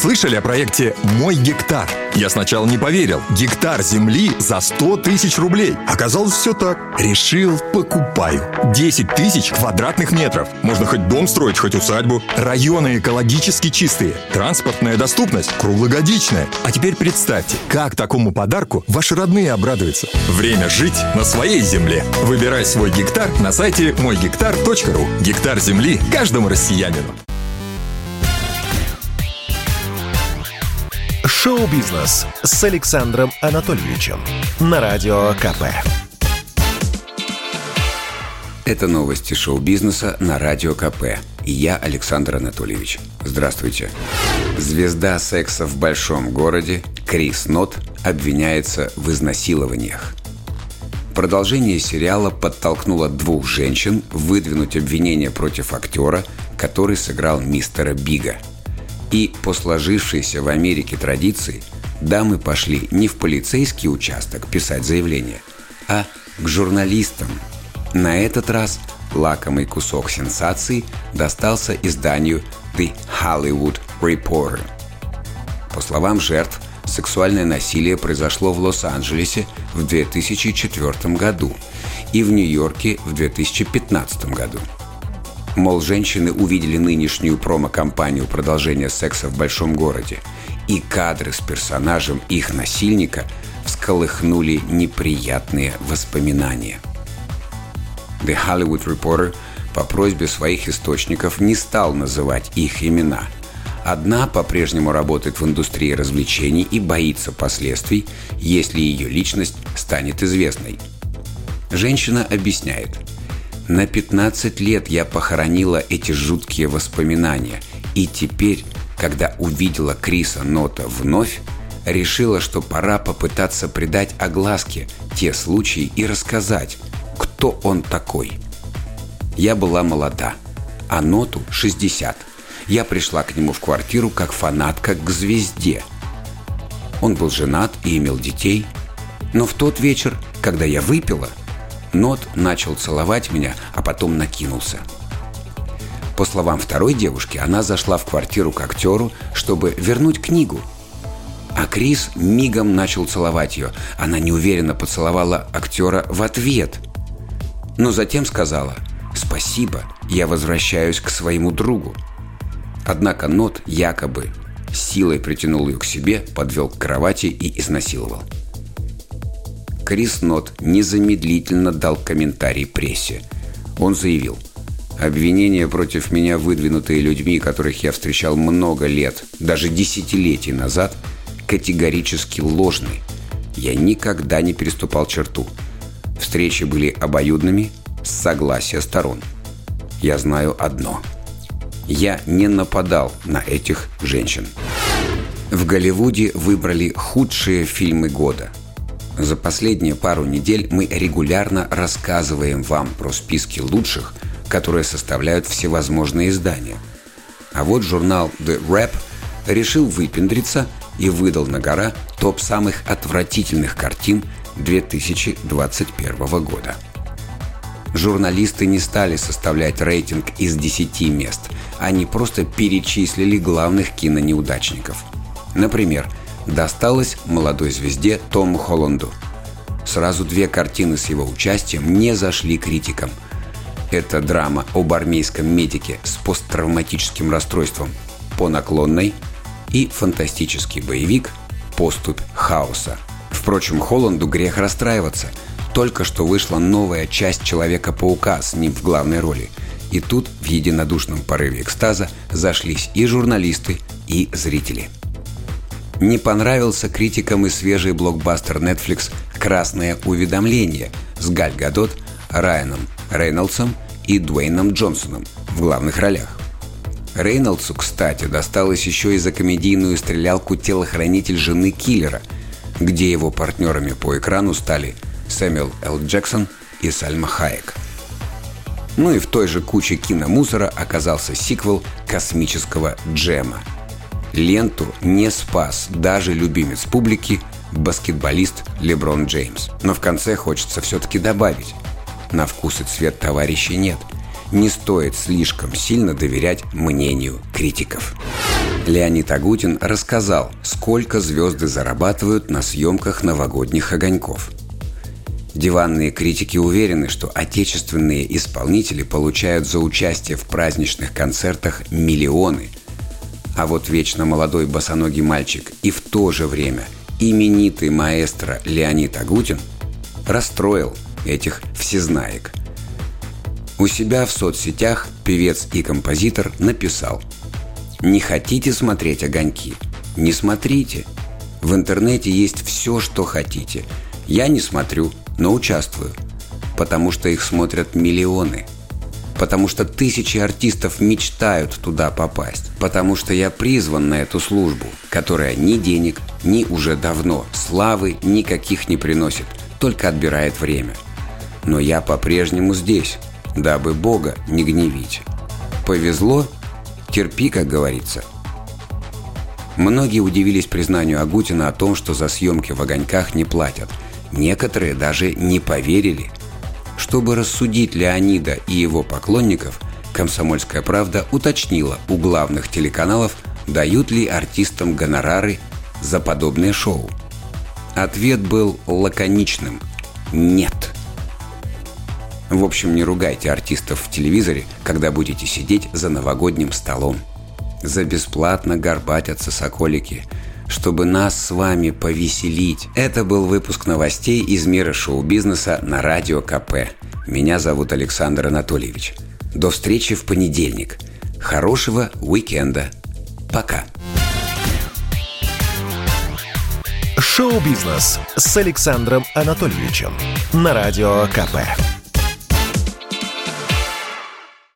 Слышали о проекте «Мой гектар»? Я сначала не поверил. Гектар земли за 100 тысяч рублей. Оказалось, все так. Решил, покупаю. 10 тысяч квадратных метров. Можно хоть дом строить, хоть усадьбу. Районы экологически чистые. Транспортная доступность круглогодичная. А теперь представьте, как такому подарку ваши родные обрадуются. Время жить на своей земле. Выбирай свой гектар на сайте moygektar.ru. Гектар земли каждому россиянину. Шоу-бизнес с Александром Анатольевичем на Радио КП. Это новости шоу-бизнеса на Радио КП. И я, Александр Анатольевич. Здравствуйте. Звезда секса в большом городе Крис Нотт обвиняется в изнасилованиях. Продолжение сериала подтолкнуло двух женщин выдвинуть обвинение против актера, который сыграл мистера Бига. И по сложившейся в Америке традиции дамы пошли не в полицейский участок писать заявление, а к журналистам. На этот раз лакомый кусок сенсации достался изданию The Hollywood Reporter. По словам жертв, сексуальное насилие произошло в Лос-Анджелесе в 2004 году и в Нью-Йорке в 2015 году. Мол, женщины увидели нынешнюю промо-компанию продолжения секса в большом городе, и кадры с персонажем их насильника всколыхнули неприятные воспоминания. The Hollywood Reporter по просьбе своих источников не стал называть их имена. Одна по-прежнему работает в индустрии развлечений и боится последствий, если ее личность станет известной. Женщина объясняет: «На 15 лет я похоронила эти жуткие воспоминания, и теперь, когда увидела Криса Нотта вновь, решила, что пора попытаться придать огласке те случаи и рассказать, кто он такой. Я была молода, а Нотту 60. Я пришла к нему в квартиру как фанатка к звезде. Он был женат и имел детей, но в тот вечер, когда я выпила, Нотт начал целовать меня, а потом накинулся». По словам второй девушки, она зашла в квартиру к актеру, чтобы вернуть книгу. А Крис мигом начал целовать ее. Она неуверенно поцеловала актера в ответ. Но затем сказала: «Спасибо, я возвращаюсь к своему другу». Однако Нотт якобы силой притянул ее к себе, подвел к кровати и изнасиловал. Крис Нотт незамедлительно дал комментарий прессе. Он заявил: «Обвинения против меня, выдвинутые людьми, которых я встречал много лет, даже десятилетий назад, категорически ложны. Я никогда не переступал черту. Встречи были обоюдными, с согласия сторон. Я знаю одно: я не нападал на этих женщин». В Голливуде выбрали худшие фильмы года. За последние пару недель мы регулярно рассказываем вам про списки лучших, которые составляют всевозможные издания. А вот журнал The Wrap решил выпендриться и выдал на гора топ самых отвратительных картин 2021 года. Журналисты не стали составлять рейтинг из 10 мест, они просто перечислили главных кинонеудачников. Например, досталось молодой звезде Тому Холланду. Сразу две картины с его участием не зашли критикам. Это драма об армейском медике с посттравматическим расстройством «По наклонной» и фантастический боевик «Поступь хаоса». Впрочем, Холланду грех расстраиваться. Только что вышла новая часть «Человека-паука» с ним в главной роли. И тут в единодушном порыве экстаза зашлись и журналисты, и зрители. Не понравился критикам и свежий блокбастер Netflix «Красное уведомление» с Галь Гадот, Райаном Рейнольдсом и Дуэйном Джонсоном в главных ролях. Рейнольдсу, кстати, досталось еще и за комедийную стрелялку «Телохранитель жены киллера», где его партнерами по экрану стали Сэмюэл Л. Джексон и Сальма Хайек. Ну и в той же куче киномусора оказался сиквел «Космического Джема». Ленту не спас даже любимец публики, баскетболист Леброн Джеймс. Но в конце хочется все-таки добавить: на вкус и цвет товарищей нет. Не стоит слишком сильно доверять мнению критиков. Леонид Агутин рассказал, сколько звезды зарабатывают на съемках новогодних огоньков. Диванные критики уверены, что отечественные исполнители получают за участие в праздничных концертах миллионы. А вот вечно молодой босоногий мальчик и в то же время именитый маэстро Леонид Агутин расстроил этих всезнаек. У себя в соцсетях певец и композитор написал: «Не хотите смотреть огоньки? Не смотрите. В интернете есть все, что хотите. Я не смотрю, но участвую. Потому что их смотрят миллионы. Потому что тысячи артистов мечтают туда попасть. Потому что я призван на эту службу, которая ни денег, ни уже давно славы никаких не приносит, только отбирает время. Но я по-прежнему здесь, дабы Бога не гневить. Повезло? Терпи, как говорится». Многие удивились признанию Агутина о том, что за съемки в огоньках не платят. Некоторые даже не поверили. Чтобы рассудить Леонида и его поклонников, «Комсомольская правда» уточнила у главных телеканалов, дают ли артистам гонорары за подобное шоу. Ответ был лаконичным: нет. В общем, не ругайте артистов в телевизоре, когда будете сидеть за новогодним столом. За бесплатно горбатятся соколики, чтобы нас с вами повеселить. Это был выпуск новостей из мира шоу-бизнеса на Радио КП. Меня зовут Александр Анатольевич. До встречи в понедельник. Хорошего уикенда. Пока. Шоу-бизнес с Александром Анатольевичем на Радио КП.